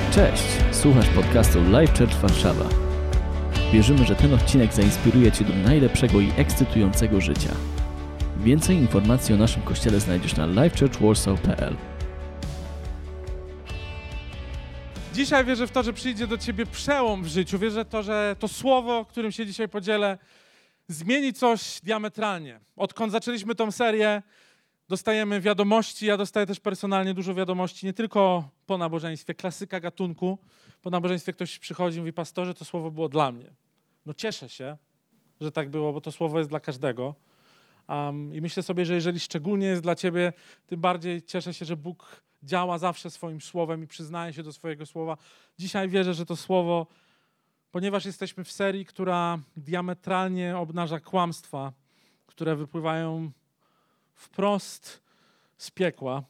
Cześć, słuchasz podcastu Life Church Warszawa. Wierzymy, że ten odcinek zainspiruje Cię do najlepszego i ekscytującego życia. Więcej informacji o naszym kościele znajdziesz na lifechurchwarsaw.pl. Dzisiaj wierzę w to, że przyjdzie do Ciebie przełom w życiu. Wierzę w to, że to słowo, którym się dzisiaj podzielę, zmieni coś diametralnie. Odkąd zaczęliśmy tą serię, dostajemy wiadomości. Ja dostaję też personalnie dużo wiadomości, nie tylko po nabożeństwie, klasyka gatunku. Po nabożeństwie ktoś przychodzi i mówi: pastorze, to słowo było dla mnie. No cieszę się, że tak było, bo to słowo jest dla każdego. I myślę sobie, że jeżeli szczególnie jest dla Ciebie, tym bardziej cieszę się, że Bóg działa zawsze swoim słowem i przyznaje się do swojego słowa. Dzisiaj wierzę, że to słowo, ponieważ jesteśmy w serii, która diametralnie obnaża kłamstwa, które wypływają wprost z piekła,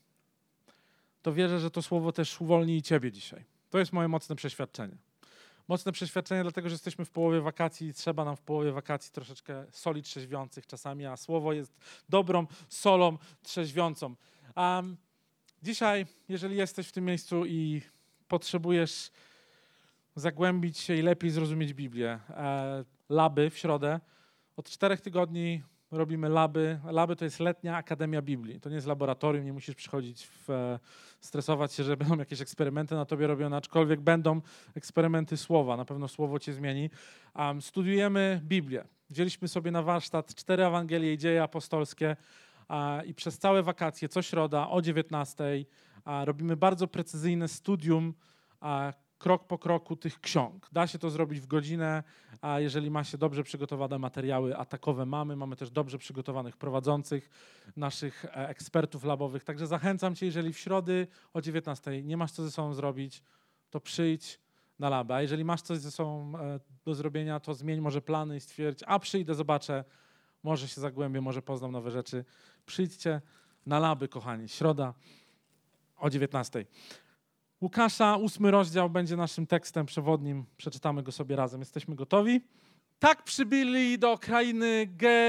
to wierzę, że to słowo też uwolni i Ciebie dzisiaj. To jest moje mocne przeświadczenie. Mocne przeświadczenie, dlatego że jesteśmy w połowie wakacji i trzeba nam w połowie wakacji troszeczkę soli trzeźwiących czasami, a słowo jest dobrą solą trzeźwiącą. Dzisiaj, jeżeli jesteś w tym miejscu i potrzebujesz zagłębić się i lepiej zrozumieć Biblię, Laby w środę, od 4 tygodni robimy Laby. Laby to jest letnia Akademia Biblii. To nie jest laboratorium, nie musisz przychodzić, stresować się, że będą jakieś eksperymenty na tobie robione, aczkolwiek będą eksperymenty słowa. Na pewno słowo cię zmieni. Studiujemy Biblię. Wzięliśmy sobie na warsztat 4 Ewangelie i Dzieje apostolskie i przez całe wakacje, co środa o 19:00 robimy bardzo precyzyjne studium krok po kroku tych ksiąg. Da się to zrobić w godzinę, a jeżeli ma się dobrze przygotowane materiały, a takowe mamy też dobrze przygotowanych prowadzących, naszych ekspertów labowych. Także zachęcam Cię, jeżeli w środy o 19:00 nie masz co ze sobą zrobić, to przyjdź na labę. A jeżeli masz coś ze sobą do zrobienia, to zmień może plany i stwierdź: a przyjdę, zobaczę, może się zagłębię, może poznam nowe rzeczy. Przyjdźcie na laby, kochani. Środa o 19:00. Łukasza, 8 rozdział będzie naszym tekstem przewodnim. Przeczytamy go sobie razem. Jesteśmy gotowi? Tak przybyli do krainy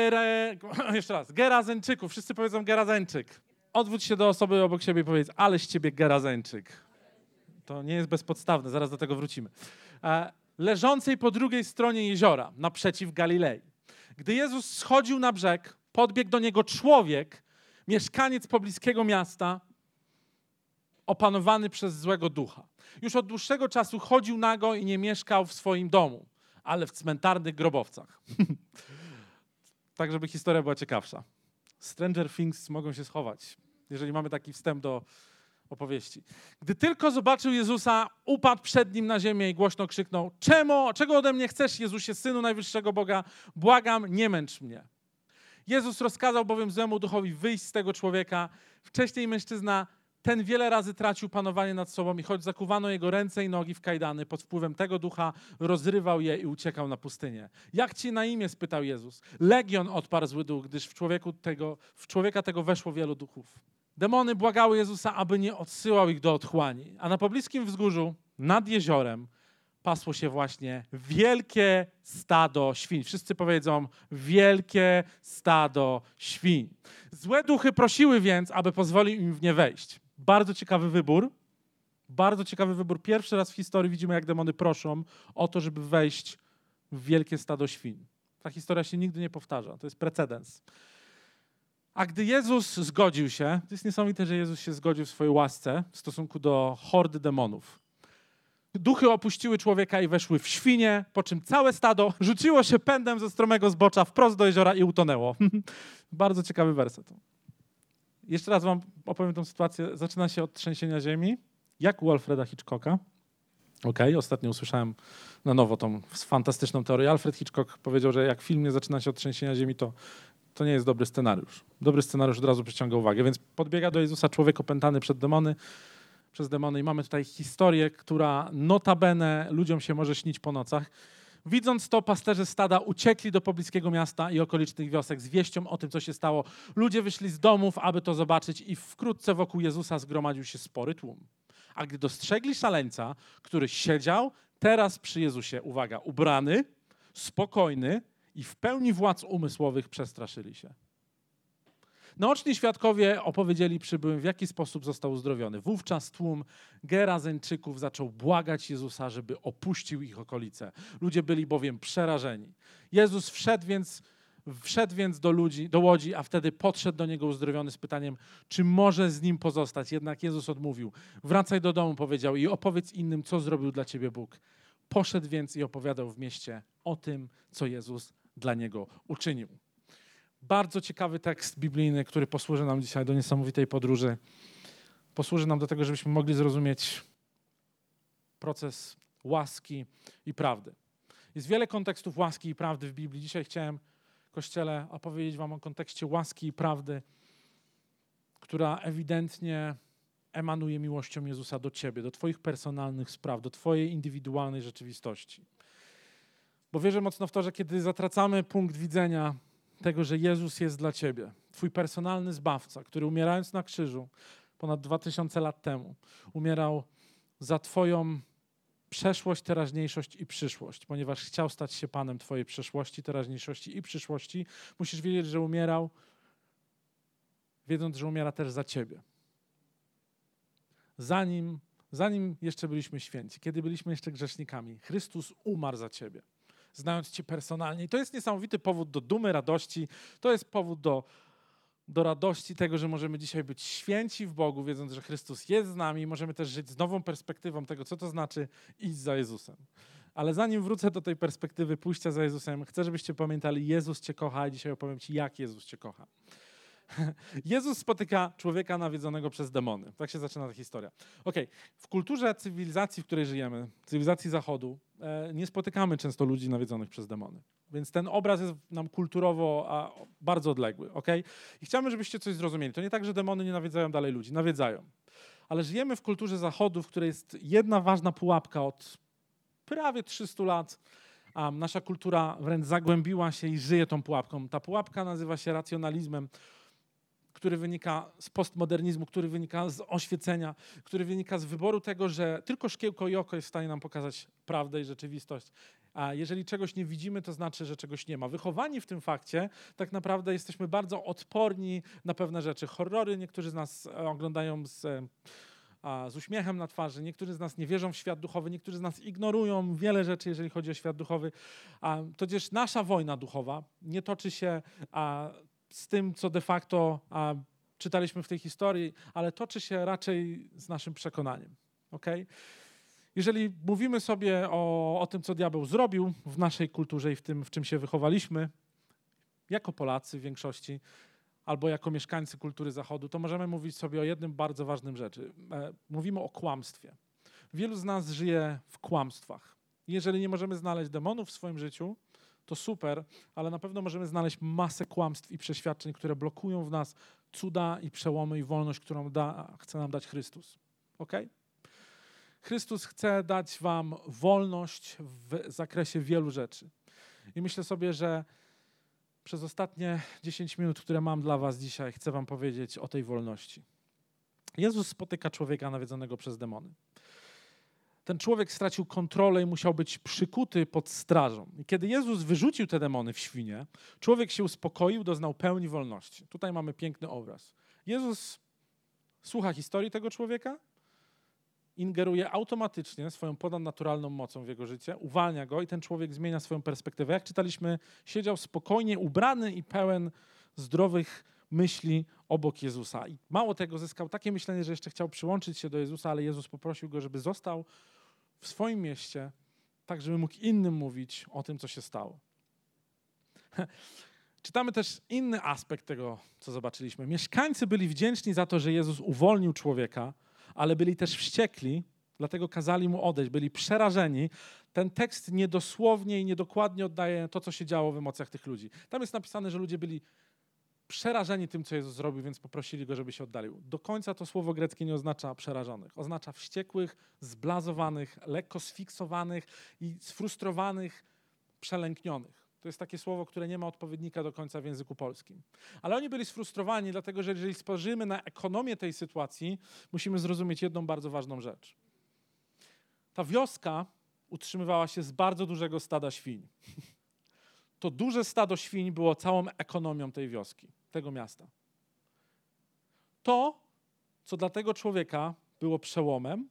Gerazeńczyków. Wszyscy powiedzą Gerazeńczyk. Odwróć się do osoby obok siebie i powiedz: aleś ciebie Gerazeńczyk. To nie jest bezpodstawne, zaraz do tego wrócimy. Leżącej po drugiej stronie jeziora, naprzeciw Galilei. Gdy Jezus schodził na brzeg, podbiegł do niego człowiek, mieszkaniec pobliskiego miasta, opanowany przez złego ducha. Już od dłuższego czasu chodził nago i nie mieszkał w swoim domu, ale w cmentarnych grobowcach. Tak, żeby historia była ciekawsza. Stranger Things mogą się schować, jeżeli mamy taki wstęp do opowieści. Gdy tylko zobaczył Jezusa, upadł przed Nim na ziemię i głośno krzyknął: czego ode mnie chcesz, Jezusie, Synu Najwyższego Boga? Błagam, nie męcz mnie. Jezus rozkazał bowiem złemu duchowi wyjść z tego człowieka. Wcześniej mężczyzna ten wiele razy tracił panowanie nad sobą i choć zakuwano jego ręce i nogi w kajdany, pod wpływem tego ducha rozrywał je i uciekał na pustynię. Jak ci na imię? Spytał Jezus. Legion, odparł zły duch, gdyż w człowieka tego weszło wielu duchów. Demony błagały Jezusa, aby nie odsyłał ich do otchłani. A na pobliskim wzgórzu, nad jeziorem, pasło się właśnie wielkie stado świń. Wszyscy powiedzą: wielkie stado świń. Złe duchy prosiły więc, aby pozwolił im w nie wejść. Bardzo ciekawy wybór. Bardzo ciekawy wybór. Pierwszy raz w historii widzimy, jak demony proszą o to, żeby wejść w wielkie stado świń. Ta historia się nigdy nie powtarza. To jest precedens. A gdy Jezus zgodził się, to jest niesamowite, że Jezus się zgodził w swojej łasce w stosunku do hordy demonów. Duchy opuściły człowieka i weszły w świnie, po czym całe stado rzuciło się pędem ze stromego zbocza wprost do jeziora i utonęło. Bardzo ciekawy werset. Jeszcze raz wam opowiem tę sytuację. Zaczyna się od trzęsienia ziemi, jak u Alfreda Hitchcocka. Ostatnio usłyszałem na nowo tą fantastyczną teorię. Alfred Hitchcock powiedział, że jak film nie zaczyna się od trzęsienia ziemi, to nie jest dobry scenariusz. Dobry scenariusz od razu przyciąga uwagę. Więc podbiega do Jezusa człowiek opętany przez demony i mamy tutaj historię, która notabene ludziom się może śnić po nocach. Widząc to, pasterze stada uciekli do pobliskiego miasta i okolicznych wiosek z wieścią o tym, co się stało. Ludzie wyszli z domów, aby to zobaczyć i wkrótce wokół Jezusa zgromadził się spory tłum. A gdy dostrzegli szaleńca, który siedział teraz przy Jezusie, uwaga, ubrany, spokojny i w pełni władz umysłowych, przestraszyli się. Naoczni świadkowie opowiedzieli przybyłym, w jaki sposób został uzdrowiony. Wówczas tłum Gerazeńczyków zaczął błagać Jezusa, żeby opuścił ich okolice. Ludzie byli bowiem przerażeni. Jezus wszedł więc do łodzi, a wtedy podszedł do niego uzdrowiony z pytaniem, czy może z nim pozostać. Jednak Jezus odmówił. Wracaj do domu, powiedział, i opowiedz innym, co zrobił dla ciebie Bóg. Poszedł więc i opowiadał w mieście o tym, co Jezus dla niego uczynił. Bardzo ciekawy tekst biblijny, który posłuży nam dzisiaj do niesamowitej podróży. Posłuży nam do tego, żebyśmy mogli zrozumieć proces łaski i prawdy. Jest wiele kontekstów łaski i prawdy w Biblii. Dzisiaj chciałem, Kościele, opowiedzieć wam o kontekście łaski i prawdy, która ewidentnie emanuje miłością Jezusa do ciebie, do twoich personalnych spraw, do twojej indywidualnej rzeczywistości. Bo wierzę mocno w to, że kiedy zatracamy punkt widzenia tego, że Jezus jest dla ciebie, twój personalny Zbawca, który umierając na krzyżu ponad 2000 lat temu, umierał za twoją przeszłość, teraźniejszość i przyszłość, ponieważ chciał stać się Panem twojej przeszłości, teraźniejszości i przyszłości, musisz wiedzieć, że umierał, wiedząc, że umiera też za ciebie. Zanim jeszcze byliśmy święci, kiedy byliśmy jeszcze grzesznikami, Chrystus umarł za ciebie, znając cię personalnie. I to jest niesamowity powód do dumy, radości. To jest powód do radości tego, że możemy dzisiaj być święci w Bogu, wiedząc, że Chrystus jest z nami. Możemy też żyć z nową perspektywą tego, co to znaczy iść za Jezusem. Ale zanim wrócę do tej perspektywy pójścia za Jezusem, chcę, żebyście pamiętali, Jezus cię kocha, i dzisiaj opowiem ci, jak Jezus cię kocha. Jezus spotyka człowieka nawiedzonego przez demony. Tak się zaczyna ta historia. W kulturze cywilizacji, w której żyjemy, cywilizacji Zachodu, nie spotykamy często ludzi nawiedzonych przez demony. Więc ten obraz jest nam kulturowo bardzo odległy. I chciałbym, żebyście coś zrozumieli. To nie tak, że demony nie nawiedzają dalej ludzi. Nawiedzają. Ale żyjemy w kulturze Zachodu, w której jest jedna ważna pułapka od prawie 300 lat. Nasza kultura wręcz zagłębiła się i żyje tą pułapką. Ta pułapka nazywa się racjonalizmem, który wynika z postmodernizmu, który wynika z oświecenia, który wynika z wyboru tego, że tylko szkiełko i oko jest w stanie nam pokazać prawdę i rzeczywistość. A jeżeli czegoś nie widzimy, to znaczy, że czegoś nie ma. Wychowani w tym fakcie, tak naprawdę jesteśmy bardzo odporni na pewne rzeczy. Horrory niektórzy z nas oglądają z uśmiechem na twarzy, niektórzy z nas nie wierzą w świat duchowy, niektórzy z nas ignorują wiele rzeczy, jeżeli chodzi o świat duchowy. To też nasza wojna duchowa nie toczy się z tym, co de facto czytaliśmy w tej historii, ale toczy się raczej z naszym przekonaniem. Jeżeli mówimy sobie o tym, co diabeł zrobił w naszej kulturze i w tym, w czym się wychowaliśmy, jako Polacy w większości, albo jako mieszkańcy kultury Zachodu, to możemy mówić sobie o jednym bardzo ważnym rzeczy. Mówimy o kłamstwie. Wielu z nas żyje w kłamstwach. Jeżeli nie możemy znaleźć demonów w swoim życiu, to super, ale na pewno możemy znaleźć masę kłamstw i przeświadczeń, które blokują w nas cuda i przełomy i wolność, którą chce nam dać Chrystus. Chrystus chce dać wam wolność w zakresie wielu rzeczy. I myślę sobie, że przez ostatnie 10 minut, które mam dla was dzisiaj, chcę wam powiedzieć o tej wolności. Jezus spotyka człowieka nawiedzonego przez demony. Ten człowiek stracił kontrolę i musiał być przykuty pod strażą. I kiedy Jezus wyrzucił te demony w świnie, człowiek się uspokoił, doznał pełni wolności. Tutaj mamy piękny obraz. Jezus słucha historii tego człowieka, ingeruje automatycznie swoją ponadnaturalną mocą w jego życie, uwalnia go i ten człowiek zmienia swoją perspektywę. Jak czytaliśmy, siedział spokojnie, ubrany i pełen zdrowych myśli obok Jezusa. I mało tego, zyskał takie myślenie, że jeszcze chciał przyłączyć się do Jezusa, ale Jezus poprosił go, żeby został w swoim mieście, tak żeby mógł innym mówić o tym, co się stało. Czytamy też inny aspekt tego, co zobaczyliśmy. Mieszkańcy byli wdzięczni za to, że Jezus uwolnił człowieka, ale byli też wściekli, dlatego kazali mu odejść, byli przerażeni. Ten tekst niedosłownie i niedokładnie oddaje to, co się działo w emocjach tych ludzi. Tam jest napisane, że ludzie byli przerażeni tym, co Jezus zrobił, więc poprosili go, żeby się oddalił. Do końca to słowo greckie nie oznacza przerażonych. Oznacza wściekłych, zblazowanych, lekko sfiksowanych i sfrustrowanych, przelęknionych. To jest takie słowo, które nie ma odpowiednika do końca w języku polskim. Ale oni byli sfrustrowani, dlatego że jeżeli spojrzymy na ekonomię tej sytuacji, musimy zrozumieć jedną bardzo ważną rzecz. Ta wioska utrzymywała się z bardzo dużego stada świń. To duże stado świń było całą ekonomią tej wioski, tego miasta. to, co dla tego człowieka było przełomem,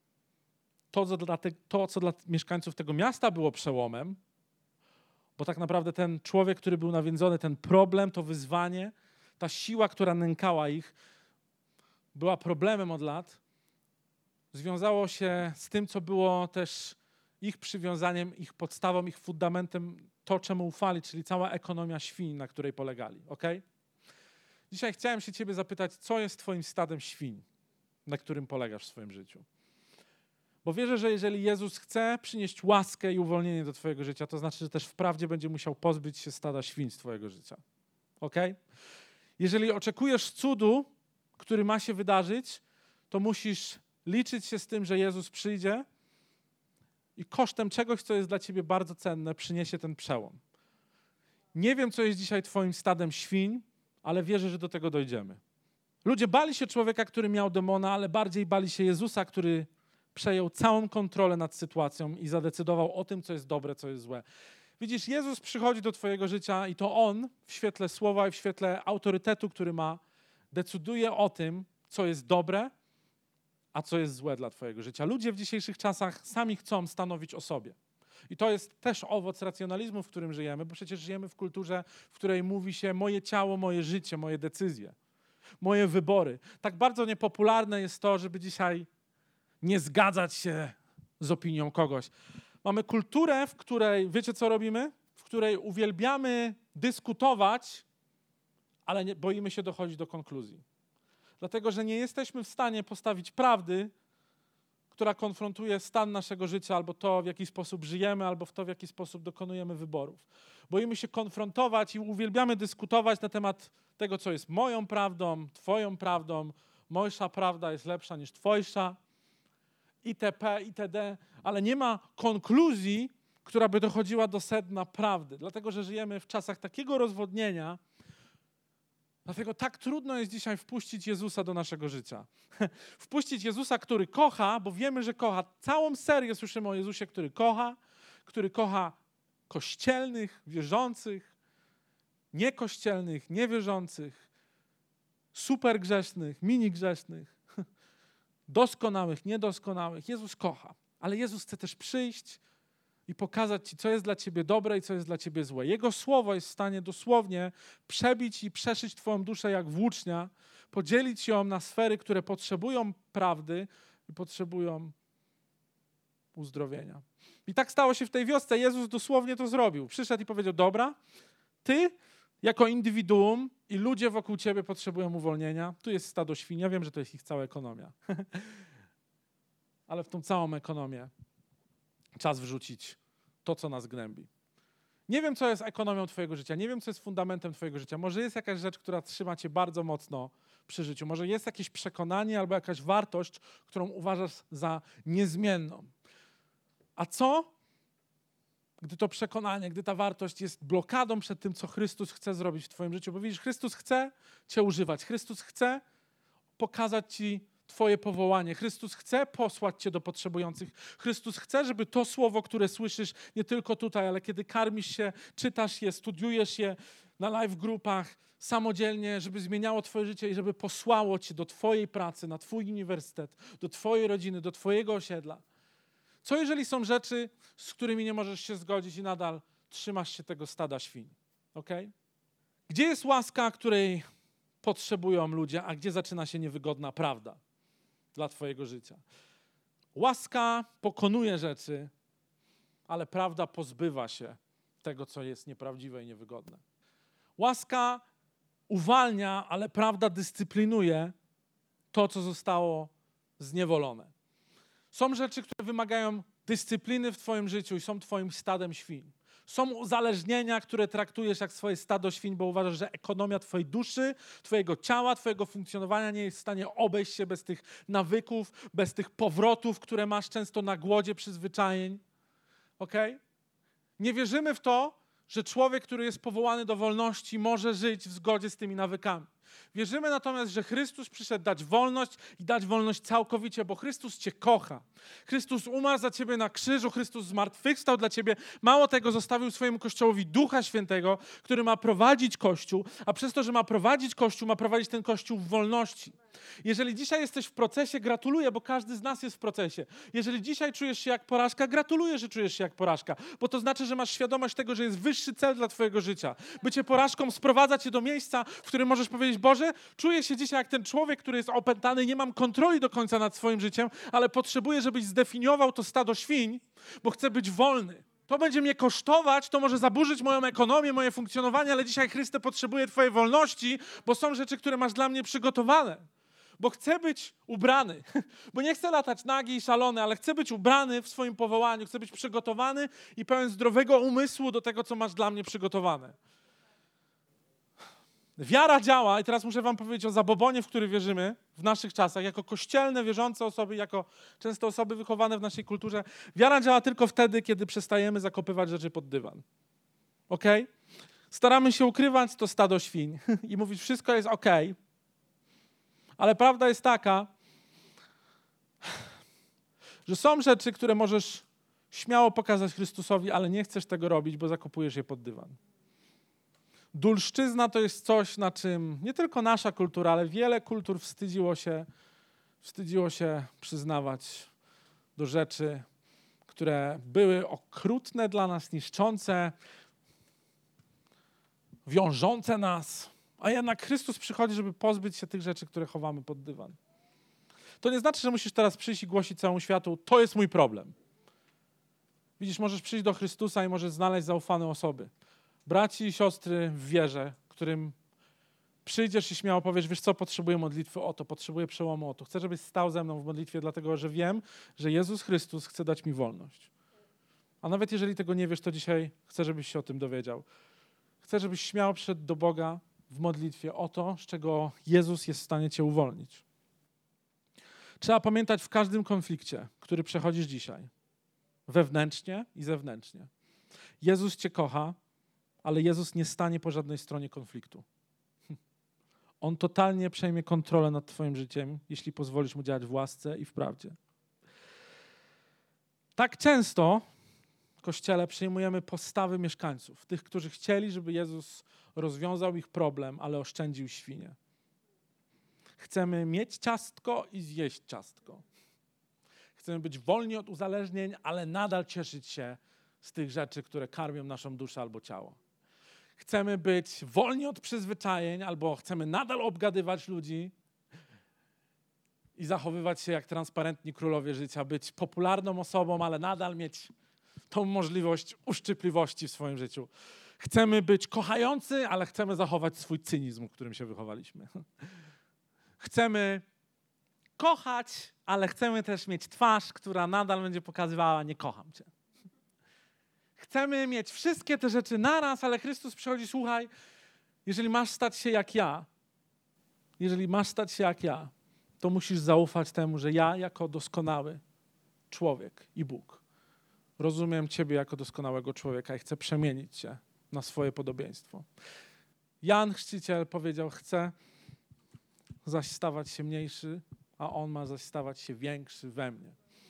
to, co dla mieszkańców tego miasta było przełomem, bo tak naprawdę ten człowiek, który był nawiedzony, ten problem, to wyzwanie, ta siła, która nękała ich, była problemem od lat, związało się z tym, co było też ich przywiązaniem, ich podstawą, ich fundamentem, to, czemu ufali, czyli cała ekonomia świń, na której polegali. Okay? Dzisiaj chciałem się ciebie zapytać, co jest twoim stadem świń, na którym polegasz w swoim życiu? Bo wierzę, że jeżeli Jezus chce przynieść łaskę i uwolnienie do twojego życia, to znaczy, że też wprawdzie będzie musiał pozbyć się stada świń z twojego życia. Okay? Jeżeli oczekujesz cudu, który ma się wydarzyć, to musisz liczyć się z tym, że Jezus przyjdzie i kosztem czegoś, co jest dla ciebie bardzo cenne, przyniesie ten przełom. Nie wiem, co jest dzisiaj twoim stadem świń, ale wierzę, że do tego dojdziemy. Ludzie bali się człowieka, który miał demona, ale bardziej bali się Jezusa, który przejął całą kontrolę nad sytuacją i zadecydował o tym, co jest dobre, co jest złe. Widzisz, Jezus przychodzi do twojego życia i to On w świetle słowa i w świetle autorytetu, który ma, decyduje o tym, co jest dobre, a co jest złe dla twojego życia. Ludzie w dzisiejszych czasach sami chcą stanowić o sobie. I to jest też owoc racjonalizmu, w którym żyjemy, bo przecież żyjemy w kulturze, w której mówi się moje ciało, moje życie, moje decyzje, moje wybory. Tak bardzo niepopularne jest to, żeby dzisiaj nie zgadzać się z opinią kogoś. Mamy kulturę, w której, wiecie co robimy? W której uwielbiamy dyskutować, ale boimy się dochodzić do konkluzji. Dlatego, że nie jesteśmy w stanie postawić prawdy, która konfrontuje stan naszego życia, albo to, w jaki sposób żyjemy, albo w to, w jaki sposób dokonujemy wyborów. Boimy się konfrontować i uwielbiamy dyskutować na temat tego, co jest moją prawdą, twoją prawdą, moja prawda jest lepsza niż twojsza, itp., itd., ale nie ma konkluzji, która by dochodziła do sedna prawdy. Dlatego, że żyjemy w czasach takiego rozwodnienia, dlatego tak trudno jest dzisiaj wpuścić Jezusa do naszego życia. Wpuścić Jezusa, który kocha, bo wiemy, że kocha. Całą serię słyszymy o Jezusie, który kocha kościelnych, wierzących, niekościelnych, niewierzących, super grzesznych, mini grzesznych, doskonałych, niedoskonałych. Jezus kocha, ale Jezus chce też przyjść i pokazać ci, co jest dla ciebie dobre i co jest dla ciebie złe. Jego słowo jest w stanie dosłownie przebić i przeszyć twoją duszę jak włócznia, podzielić ją na sfery, które potrzebują prawdy i potrzebują uzdrowienia. I tak stało się w tej wiosce. Jezus dosłownie to zrobił. Przyszedł i powiedział, dobra, ty jako indywiduum i ludzie wokół ciebie potrzebują uwolnienia. Tu jest stado świń. Ja wiem, że to jest ich cała ekonomia. Ale w tą całą ekonomię czas wrzucić to, co nas gnębi. Nie wiem, co jest ekonomią twojego życia. Nie wiem, co jest fundamentem twojego życia. Może jest jakaś rzecz, która trzyma cię bardzo mocno przy życiu. Może jest jakieś przekonanie albo jakaś wartość, którą uważasz za niezmienną. A co, gdy to przekonanie, gdy ta wartość jest blokadą przed tym, co Chrystus chce zrobić w twoim życiu? Bo widzisz, Chrystus chce cię używać. Chrystus chce pokazać ci twoje powołanie. Chrystus chce posłać cię do potrzebujących. Chrystus chce, żeby to słowo, które słyszysz nie tylko tutaj, ale kiedy karmisz się, czytasz je, studiujesz je na live grupach, samodzielnie, żeby zmieniało twoje życie i żeby posłało cię do twojej pracy, na twój uniwersytet, do twojej rodziny, do twojego osiedla. Co jeżeli są rzeczy, z którymi nie możesz się zgodzić i nadal trzymasz się tego stada świń? Okay? Gdzie jest łaska, której potrzebują ludzie, a gdzie zaczyna się niewygodna prawda dla twojego życia? Łaska pokonuje rzeczy, ale prawda pozbywa się tego, co jest nieprawdziwe i niewygodne. Łaska uwalnia, ale prawda dyscyplinuje to, co zostało zniewolone. Są rzeczy, które wymagają dyscypliny w twoim życiu i są twoim stadem świń. Są uzależnienia, które traktujesz jak swoje stado świń, bo uważasz, że ekonomia twojej duszy, twojego ciała, twojego funkcjonowania nie jest w stanie obejść się bez tych nawyków, bez tych powrotów, które masz często na głodzie przyzwyczajeń. Okay? Nie wierzymy w to, że człowiek, który jest powołany do wolności, może żyć w zgodzie z tymi nawykami. Wierzymy natomiast, że Chrystus przyszedł dać wolność i dać wolność całkowicie, bo Chrystus cię kocha. Chrystus umarł za ciebie na krzyżu, Chrystus zmartwychwstał dla ciebie. Mało tego, zostawił swojemu Kościołowi Ducha Świętego, który ma prowadzić Kościół, a przez to, że ma prowadzić Kościół, ma prowadzić ten Kościół w wolności. Jeżeli dzisiaj jesteś w procesie, gratuluję, bo każdy z nas jest w procesie. Jeżeli dzisiaj czujesz się jak porażka, gratuluję, że czujesz się jak porażka, bo to znaczy, że masz świadomość tego, że jest wyższy cel dla twojego życia. Bycie porażką sprowadza cię do miejsca, w którym możesz powiedzieć: Boże, czuję się dzisiaj jak ten człowiek, który jest opętany, nie mam kontroli do końca nad swoim życiem, ale potrzebuję, żebyś zdefiniował to stado świń, bo chcę być wolny. To będzie mnie kosztować, to może zaburzyć moją ekonomię, moje funkcjonowanie, ale dzisiaj, Chryste, potrzebuję twojej wolności, bo są rzeczy, które masz dla mnie przygotowane. Bo chcę być ubrany, bo nie chcę latać nagi i szalony, ale chcę być ubrany w swoim powołaniu, chcę być przygotowany i pełen zdrowego umysłu do tego, co masz dla mnie przygotowane. Wiara działa, i teraz muszę wam powiedzieć o zabobonie, w który wierzymy w naszych czasach, jako kościelne, wierzące osoby, jako często osoby wychowane w naszej kulturze. Wiara działa tylko wtedy, kiedy przestajemy zakopywać rzeczy pod dywan. Okej? Staramy się ukrywać to stado świń i mówić: wszystko jest okej. Ale prawda jest taka, że są rzeczy, które możesz śmiało pokazać Chrystusowi, ale nie chcesz tego robić, bo zakopujesz je pod dywan. Dulszczyzna to jest coś, na czym nie tylko nasza kultura, ale wiele kultur wstydziło się przyznawać do rzeczy, które były okrutne dla nas, niszczące, wiążące nas. A jednak Chrystus przychodzi, żeby pozbyć się tych rzeczy, które chowamy pod dywan. To nie znaczy, że musisz teraz przyjść i głosić całemu światu: to jest mój problem. Widzisz, możesz przyjść do Chrystusa i możesz znaleźć zaufane osoby. Braci i siostry w wierze, którym przyjdziesz i śmiało powiesz: wiesz co, potrzebuję modlitwy o to, potrzebuję przełomu o to. Chcę, żebyś stał ze mną w modlitwie, dlatego że wiem, że Jezus Chrystus chce dać mi wolność. A nawet jeżeli tego nie wiesz, to dzisiaj chcę, żebyś się o tym dowiedział. Chcę, żebyś śmiało przyszedł do Boga w modlitwie o to, z czego Jezus jest w stanie cię uwolnić. Trzeba pamiętać w każdym konflikcie, który przechodzisz dzisiaj, wewnętrznie i zewnętrznie. Jezus cię kocha, ale Jezus nie stanie po żadnej stronie konfliktu. On totalnie przejmie kontrolę nad twoim życiem, jeśli pozwolisz mu działać w łasce i w prawdzie. Tak często w Kościele przyjmujemy postawy mieszkańców, tych, którzy chcieli, żeby Jezus rozwiązał ich problem, ale oszczędził świnie. Chcemy mieć ciastko i zjeść ciastko. Chcemy być wolni od uzależnień, ale nadal cieszyć się z tych rzeczy, które karmią naszą duszę albo ciało. Chcemy być wolni od przyzwyczajeń, albo chcemy nadal obgadywać ludzi i zachowywać się jak transparentni królowie życia, być popularną osobą, ale nadal mieć tą możliwość uszczypliwości w swoim życiu. Chcemy być kochający, ale chcemy zachować swój cynizm, w którym się wychowaliśmy. Chcemy kochać, ale chcemy też mieć twarz, która nadal będzie pokazywała: nie kocham cię. Chcemy mieć wszystkie te rzeczy naraz, ale Chrystus przychodzi: słuchaj, jeżeli masz stać się jak ja, to musisz zaufać temu, że ja jako doskonały człowiek i Bóg rozumiem ciebie jako doskonałego człowieka i chcę przemienić cię na swoje podobieństwo. Jan Chrzciciel powiedział: chcę zaś stawać się mniejszy, a on ma zaś stawać się większy we mnie.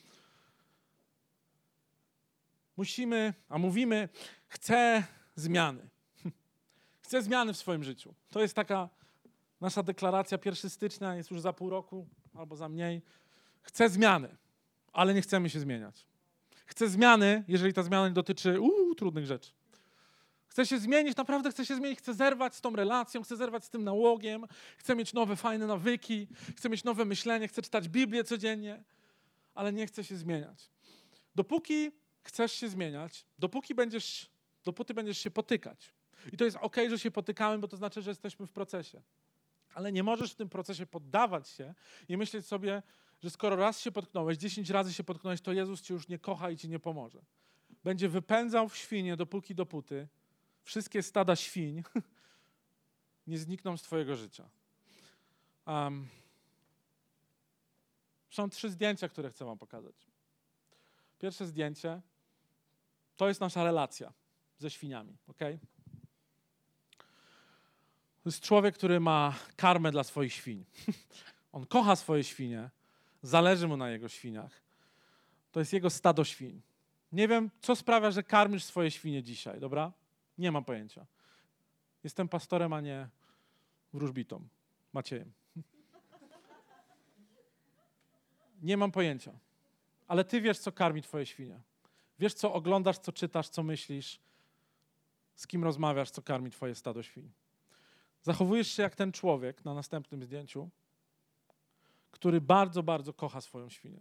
Mówimy: chcę zmiany. Chcę zmiany w swoim życiu. To jest taka nasza deklaracja 1 stycznia, jest już za pół roku albo za mniej. Chcę zmiany, ale nie chcemy się zmieniać. Chcę zmiany, jeżeli ta zmiana nie dotyczy trudnych rzeczy. Chcę się zmienić, naprawdę chcę się zmienić, chcę zerwać z tą relacją, chcę zerwać z tym nałogiem, chcę mieć nowe, fajne nawyki, chcę mieć nowe myślenie, chcę czytać Biblię codziennie, ale nie chcę się zmieniać. Dopóki chcesz się zmieniać, dopóty będziesz się potykać. I to jest okej, że się potykamy, bo to znaczy, że jesteśmy w procesie. Ale nie możesz w tym procesie poddawać się i myśleć sobie, że skoro raz się potknąłeś, 10 razy się potknąłeś, to Jezus cię już nie kocha i ci nie pomoże. Będzie wypędzał w świnie dopóty wszystkie stada świń nie znikną z twojego życia. Są 3 zdjęcia, które chcę wam pokazać. Pierwsze zdjęcie to jest nasza relacja ze świniami, ok? To jest człowiek, który ma karmę dla swoich świń. On kocha swoje świnie, zależy mu na jego świniach. To jest jego stado świń. Nie wiem, co sprawia, że karmisz swoje świnie dzisiaj, dobra? Nie mam pojęcia. Jestem pastorem, a nie wróżbitą, Maciejem. Nie mam pojęcia. Ale ty wiesz, co karmi twoje świnie. Wiesz, co oglądasz, co czytasz, co myślisz, z kim rozmawiasz, co karmi twoje stado świń. Zachowujesz się jak ten człowiek na następnym zdjęciu, który bardzo, bardzo kocha swoją świnię.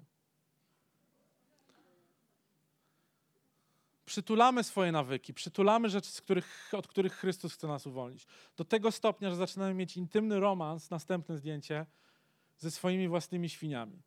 Przytulamy swoje nawyki, przytulamy rzeczy, od których Chrystus chce nas uwolnić. Do tego stopnia, że zaczynamy mieć intymny romans, następne zdjęcie, ze swoimi własnymi świniami.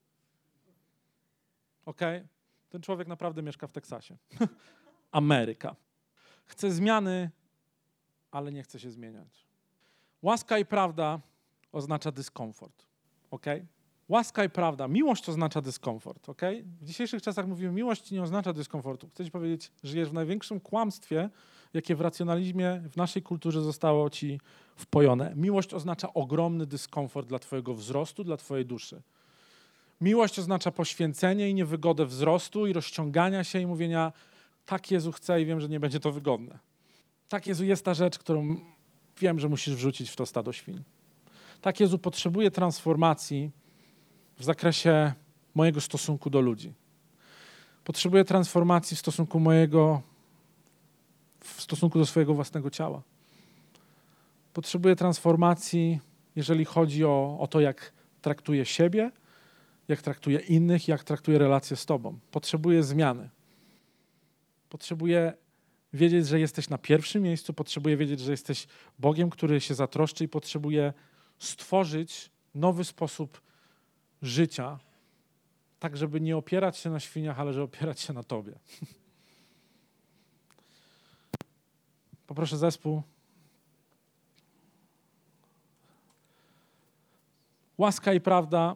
Okej? Ten człowiek naprawdę mieszka w Teksasie. Ameryka. Chce zmiany, ale nie chce się zmieniać. Łaska i prawda oznacza dyskomfort. Okej? Łaska i prawda. Miłość oznacza dyskomfort. Okej? W dzisiejszych czasach mówimy, miłość nie oznacza dyskomfortu. Chcę ci powiedzieć, że żyjesz w największym kłamstwie, jakie w racjonalizmie, w naszej kulturze zostało ci wpojone. Miłość oznacza ogromny dyskomfort dla twojego wzrostu, dla twojej duszy. Miłość oznacza poświęcenie i niewygodę wzrostu i rozciągania się i mówienia, tak Jezu chcę i wiem, że nie będzie to wygodne. Tak Jezu jest ta rzecz, którą wiem, że musisz wrzucić w to stado świń. Tak Jezu potrzebuję transformacji w zakresie mojego stosunku do ludzi. Potrzebuję transformacji w stosunku do swojego własnego ciała. Potrzebuję transformacji, jeżeli chodzi o to, jak traktuję siebie, jak traktuję innych, jak traktuję relacje z Tobą. Potrzebuję zmiany. Potrzebuję wiedzieć, że jesteś na pierwszym miejscu, potrzebuję wiedzieć, że jesteś Bogiem, który się zatroszczy i potrzebuję stworzyć nowy sposób życia, tak żeby nie opierać się na świniach, ale żeby opierać się na Tobie. Poproszę zespół. Łaska i prawda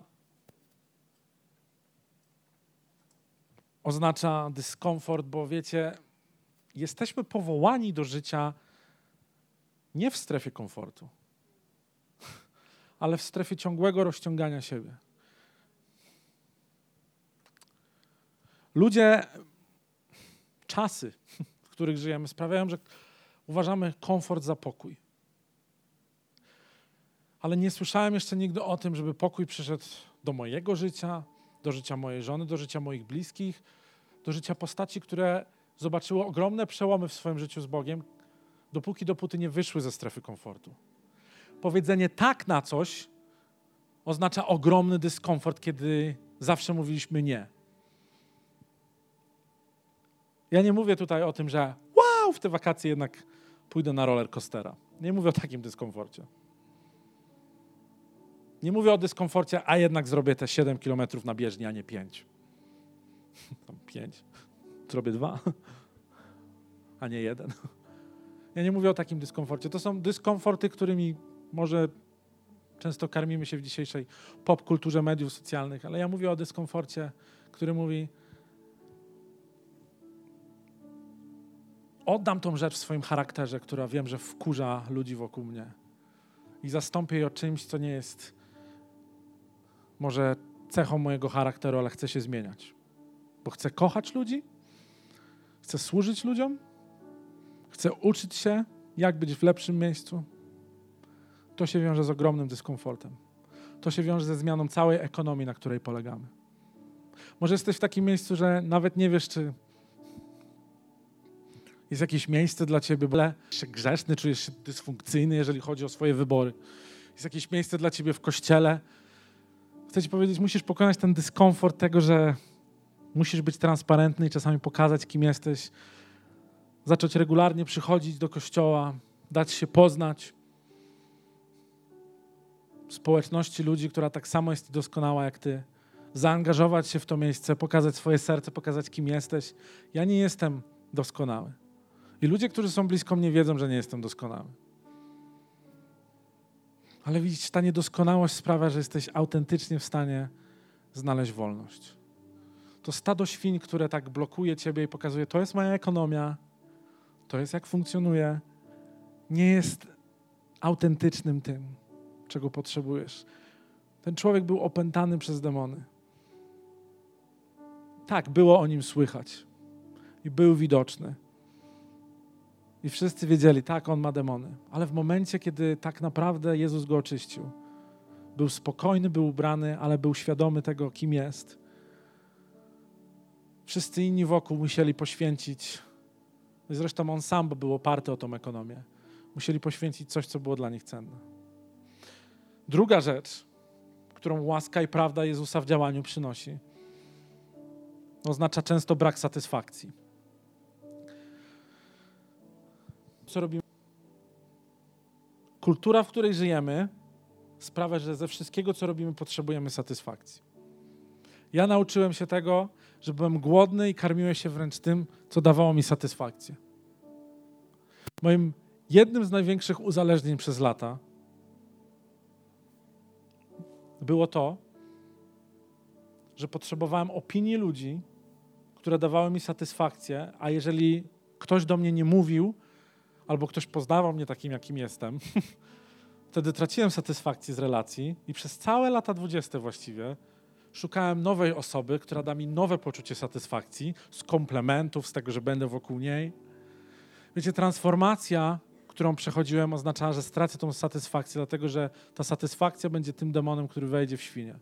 oznacza dyskomfort, bo wiecie, jesteśmy powołani do życia nie w strefie komfortu, ale w strefie ciągłego rozciągania siebie. Ludzie, czasy, w których żyjemy, sprawiają, że uważamy komfort za pokój. Ale nie słyszałem jeszcze nigdy o tym, żeby pokój przyszedł do mojego życia, do życia mojej żony, do życia moich bliskich, do życia postaci, które zobaczyły ogromne przełomy w swoim życiu z Bogiem, dopóty nie wyszły ze strefy komfortu. Powiedzenie tak na coś oznacza ogromny dyskomfort, kiedy zawsze mówiliśmy nie. Ja nie mówię tutaj o tym, że w te wakacje jednak pójdę na roller coastera. Nie mówię o takim dyskomforcie. Nie mówię o dyskomforcie, a jednak zrobię te 7 kilometrów na bieżni, a nie 5. Tam 5. Zrobię 2, a nie 1. Ja nie mówię o takim dyskomforcie. To są dyskomforty, którymi może często karmimy się w dzisiejszej popkulturze mediów socjalnych, ale ja mówię o dyskomforcie, który mówi: oddam tą rzecz w swoim charakterze, która wiem, że wkurza ludzi wokół mnie i zastąpię ją czymś, co nie jest może cechą mojego charakteru, ale chcę się zmieniać. Bo chcę kochać ludzi, chcę służyć ludziom, chcę uczyć się, jak być w lepszym miejscu. To się wiąże z ogromnym dyskomfortem. To się wiąże ze zmianą całej ekonomii, na której polegamy. Może jesteś w takim miejscu, że nawet nie wiesz, czy jest jakieś miejsce dla ciebie, bo czujesz się grzeszny, czujesz się dysfunkcyjny, jeżeli chodzi o swoje wybory. Jest jakieś miejsce dla ciebie w kościele. Chcę ci powiedzieć, musisz pokonać ten dyskomfort tego, że musisz być transparentny i czasami pokazać, kim jesteś. Zacząć regularnie przychodzić do kościoła, dać się poznać społeczności ludzi, która tak samo jest doskonała jak ty. Zaangażować się w to miejsce, pokazać swoje serce, pokazać, kim jesteś. Ja nie jestem doskonały. I ludzie, którzy są blisko mnie, wiedzą, że nie jestem doskonały. Ale widzisz, ta niedoskonałość sprawia, że jesteś autentycznie w stanie znaleźć wolność. To stado świń, które tak blokuje ciebie i pokazuje, to jest moja ekonomia, to jest jak funkcjonuje, nie jest autentycznym tym, czego potrzebujesz. Ten człowiek był opętany przez demony. Tak, było o nim słychać. I był widoczny. I wszyscy wiedzieli, tak, on ma demony. Ale w momencie, kiedy tak naprawdę Jezus go oczyścił, był spokojny, był ubrany, ale był świadomy tego, kim jest. Wszyscy inni wokół musieli poświęcić, zresztą on sam, bo był oparty o tą ekonomię, musieli poświęcić coś, co było dla nich cenne. Druga rzecz, którą łaska i prawda Jezusa w działaniu przynosi, oznacza często brak satysfakcji. Co robimy? Kultura, w której żyjemy, sprawia, że ze wszystkiego, co robimy, potrzebujemy satysfakcji. Ja nauczyłem się tego, że byłem głodny i karmiłem się wręcz tym, co dawało mi satysfakcję. Moim jednym z największych uzależnień przez lata było to, że potrzebowałem opinii ludzi, które dawały mi satysfakcję, a jeżeli ktoś do mnie nie mówił, albo ktoś poznawał mnie takim, jakim jestem, wtedy traciłem satysfakcję z relacji i przez całe lata 20 właściwie szukałem nowej osoby, która da mi nowe poczucie satysfakcji, z komplementów, z tego, że będę wokół niej. Wiecie, transformacja, którą przechodziłem, oznaczała, że stracę tą satysfakcję, dlatego że ta satysfakcja będzie tym demonem, który wejdzie w świnię.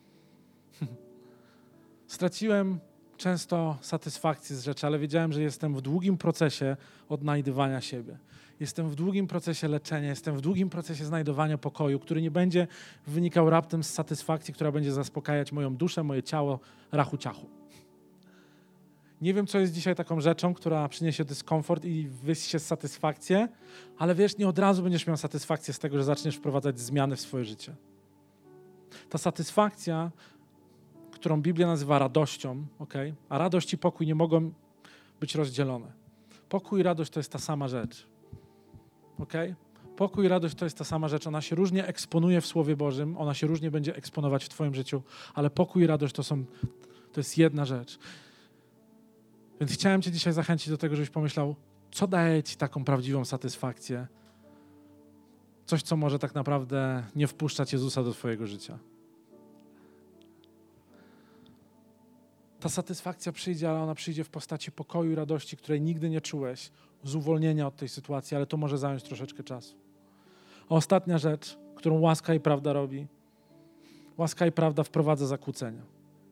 Straciłem często satysfakcję z rzeczy, ale wiedziałem, że jestem w długim procesie odnajdywania siebie. Jestem w długim procesie leczenia, jestem w długim procesie znajdowania pokoju, który nie będzie wynikał raptem z satysfakcji, która będzie zaspokajać moją duszę, moje ciało, rachu ciachu. Nie wiem, co jest dzisiaj taką rzeczą, która przyniesie dyskomfort i wyjście z satysfakcję, ale wiesz, nie od razu będziesz miał satysfakcję z tego, że zaczniesz wprowadzać zmiany w swoje życie. Ta satysfakcja, którą Biblia nazywa radością, okay? A radość i pokój nie mogą być rozdzielone. Pokój i radość to jest ta sama rzecz. Okay? Pokój i radość to jest ta sama rzecz. Ona się różnie eksponuje w Słowie Bożym, ona się różnie będzie eksponować w twoim życiu, ale pokój i radość to jest jedna rzecz. Więc chciałem cię dzisiaj zachęcić do tego, żebyś pomyślał, co daje ci taką prawdziwą satysfakcję? Coś, co może tak naprawdę nie wpuszczać Jezusa do twojego życia. Ta satysfakcja przyjdzie, ale ona przyjdzie w postaci pokoju i radości, której nigdy nie czułeś, z uwolnienia od tej sytuacji, ale to może zająć troszeczkę czasu. A ostatnia rzecz, którą łaska i prawda robi. Łaska i prawda wprowadza zakłócenia.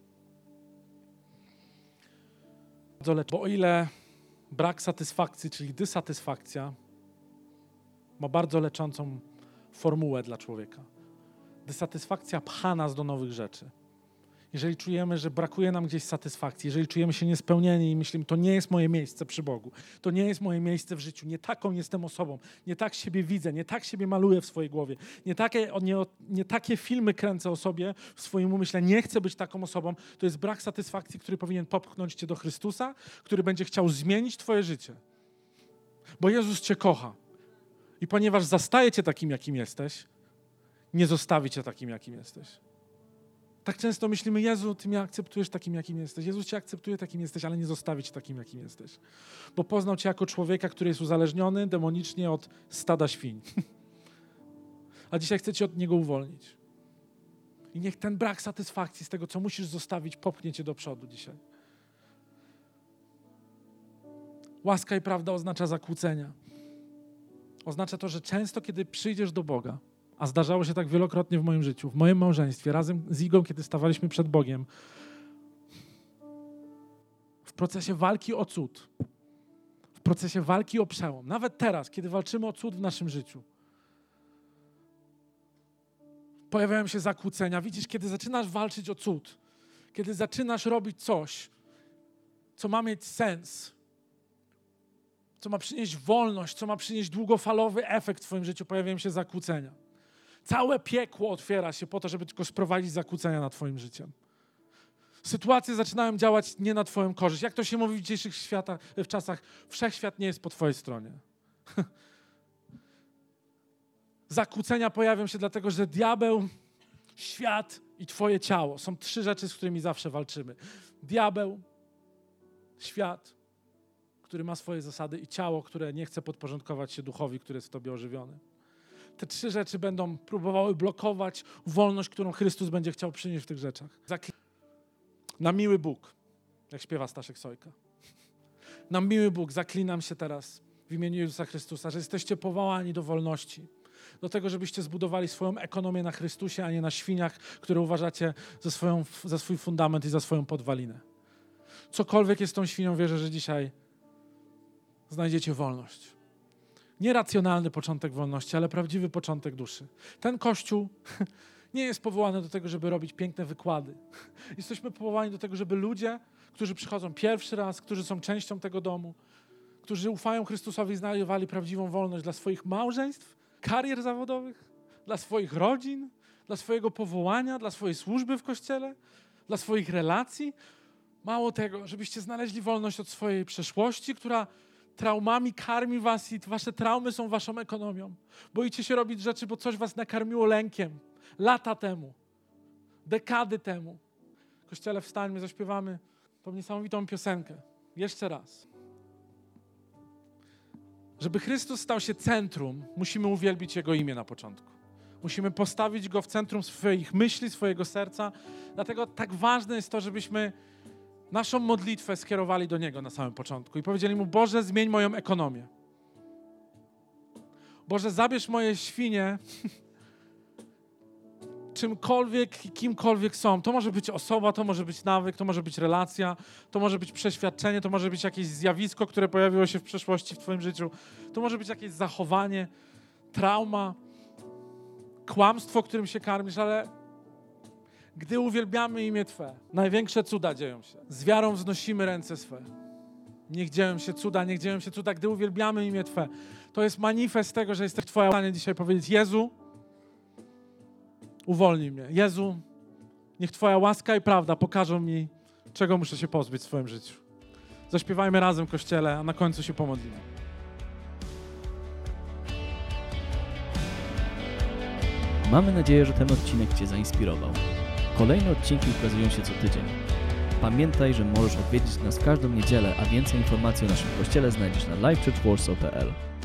Bo o ile brak satysfakcji, czyli dysatysfakcja, ma bardzo leczącą formułę dla człowieka. Dysatysfakcja pcha nas do nowych rzeczy. Jeżeli czujemy, że brakuje nam gdzieś satysfakcji, jeżeli czujemy się niespełnieni i myślimy, to nie jest moje miejsce przy Bogu, to nie jest moje miejsce w życiu, nie taką jestem osobą, nie tak siebie widzę, nie tak siebie maluję w swojej głowie, nie takie filmy kręcę o sobie w swoim umyśle, nie chcę być taką osobą, to jest brak satysfakcji, który powinien popchnąć cię do Chrystusa, który będzie chciał zmienić twoje życie. Bo Jezus cię kocha i ponieważ zastaje cię takim, jakim jesteś, nie zostawi cię takim, jakim jesteś. Tak często myślimy, Jezu, Ty mnie akceptujesz takim, jakim jesteś. Jezus Cię akceptuje takim jesteś, ale nie zostawi Cię takim, jakim jesteś. Bo poznał Cię jako człowieka, który jest uzależniony demonicznie od stada świń. A dzisiaj chce Cię od niego uwolnić. I niech ten brak satysfakcji z tego, co musisz zostawić, popchnie Cię do przodu dzisiaj. Łaska i prawda oznacza zakłócenia. Oznacza to, że często, kiedy przyjdziesz do Boga, a zdarzało się tak wielokrotnie w moim życiu, w moim małżeństwie, razem z Igą, kiedy stawaliśmy przed Bogiem, w procesie walki o cud, w procesie walki o przełom, nawet teraz, kiedy walczymy o cud w naszym życiu, pojawiają się zakłócenia. Widzisz, kiedy zaczynasz walczyć o cud, kiedy zaczynasz robić coś, co ma mieć sens, co ma przynieść wolność, co ma przynieść długofalowy efekt w twoim życiu, pojawiają się zakłócenia. Całe piekło otwiera się po to, żeby tylko sprowadzić zakłócenia nad twoim życiem. Sytuacje zaczynają działać nie na twoją korzyść. Jak to się mówi w dzisiejszych czasach, wszechświat nie jest po twojej stronie. Zakłócenia pojawią się dlatego, że diabeł, świat i twoje ciało są trzy rzeczy, z którymi zawsze walczymy. Diabeł, świat, który ma swoje zasady i ciało, które nie chce podporządkować się duchowi, który jest w tobie ożywiony. te 3 rzeczy będą próbowały blokować wolność, którą Chrystus będzie chciał przynieść w tych rzeczach. Na miły Bóg, jak śpiewa Staszek Sojka. Na miły Bóg, zaklinam się teraz w imieniu Jezusa Chrystusa, że jesteście powołani do wolności. Do tego, żebyście zbudowali swoją ekonomię na Chrystusie, a nie na świniach, które uważacie za swój fundament i za swoją podwalinę. Cokolwiek jest tą świnią, wierzę, że dzisiaj znajdziecie wolność. Nie racjonalny początek wolności, ale prawdziwy początek duszy. Ten Kościół nie jest powołany do tego, żeby robić piękne wykłady. Jesteśmy powołani do tego, żeby ludzie, którzy przychodzą pierwszy raz, którzy są częścią tego domu, którzy ufają Chrystusowi, znajdowali prawdziwą wolność dla swoich małżeństw, karier zawodowych, dla swoich rodzin, dla swojego powołania, dla swojej służby w Kościele, dla swoich relacji. Mało tego, żebyście znaleźli wolność od swojej przeszłości, która traumami karmi was i wasze traumy są waszą ekonomią. Boicie się robić rzeczy, bo coś was nakarmiło lękiem. Lata temu, dekady temu. Kościele, wstańmy, zaśpiewamy tą niesamowitą piosenkę. Jeszcze raz. Żeby Chrystus stał się centrum, musimy uwielbić Jego imię na początku. Musimy postawić Go w centrum swoich myśli, swojego serca. Dlatego tak ważne jest to, żebyśmy naszą modlitwę skierowali do Niego na samym początku i powiedzieli Mu: Boże, zmień moją ekonomię. Boże, zabierz moje świnie, czymkolwiek i kimkolwiek są. To może być osoba, to może być nawyk, to może być relacja, to może być przeświadczenie, to może być jakieś zjawisko, które pojawiło się w przeszłości w twoim życiu. To może być jakieś zachowanie, trauma, kłamstwo, którym się karmisz, ale gdy uwielbiamy imię Twe, największe cuda dzieją się. Z wiarą wznosimy ręce swe. Niech dzieją się cuda, niech dzieją się cuda, gdy uwielbiamy imię Twe. To jest manifest tego, że jesteś Twoja stanie dzisiaj powiedzieć: Jezu, uwolnij mnie. Jezu, niech Twoja łaska i prawda pokażą mi, czego muszę się pozbyć w swoim życiu. Zaśpiewajmy razem, Kościele, a na końcu się pomodlimy. Mamy nadzieję, że ten odcinek Cię zainspirował. Kolejne odcinki ukazują się co tydzień. Pamiętaj, że możesz odwiedzić nas każdą niedzielę, a więcej informacji o naszym Kościele znajdziesz na livechurchwarsaw.pl.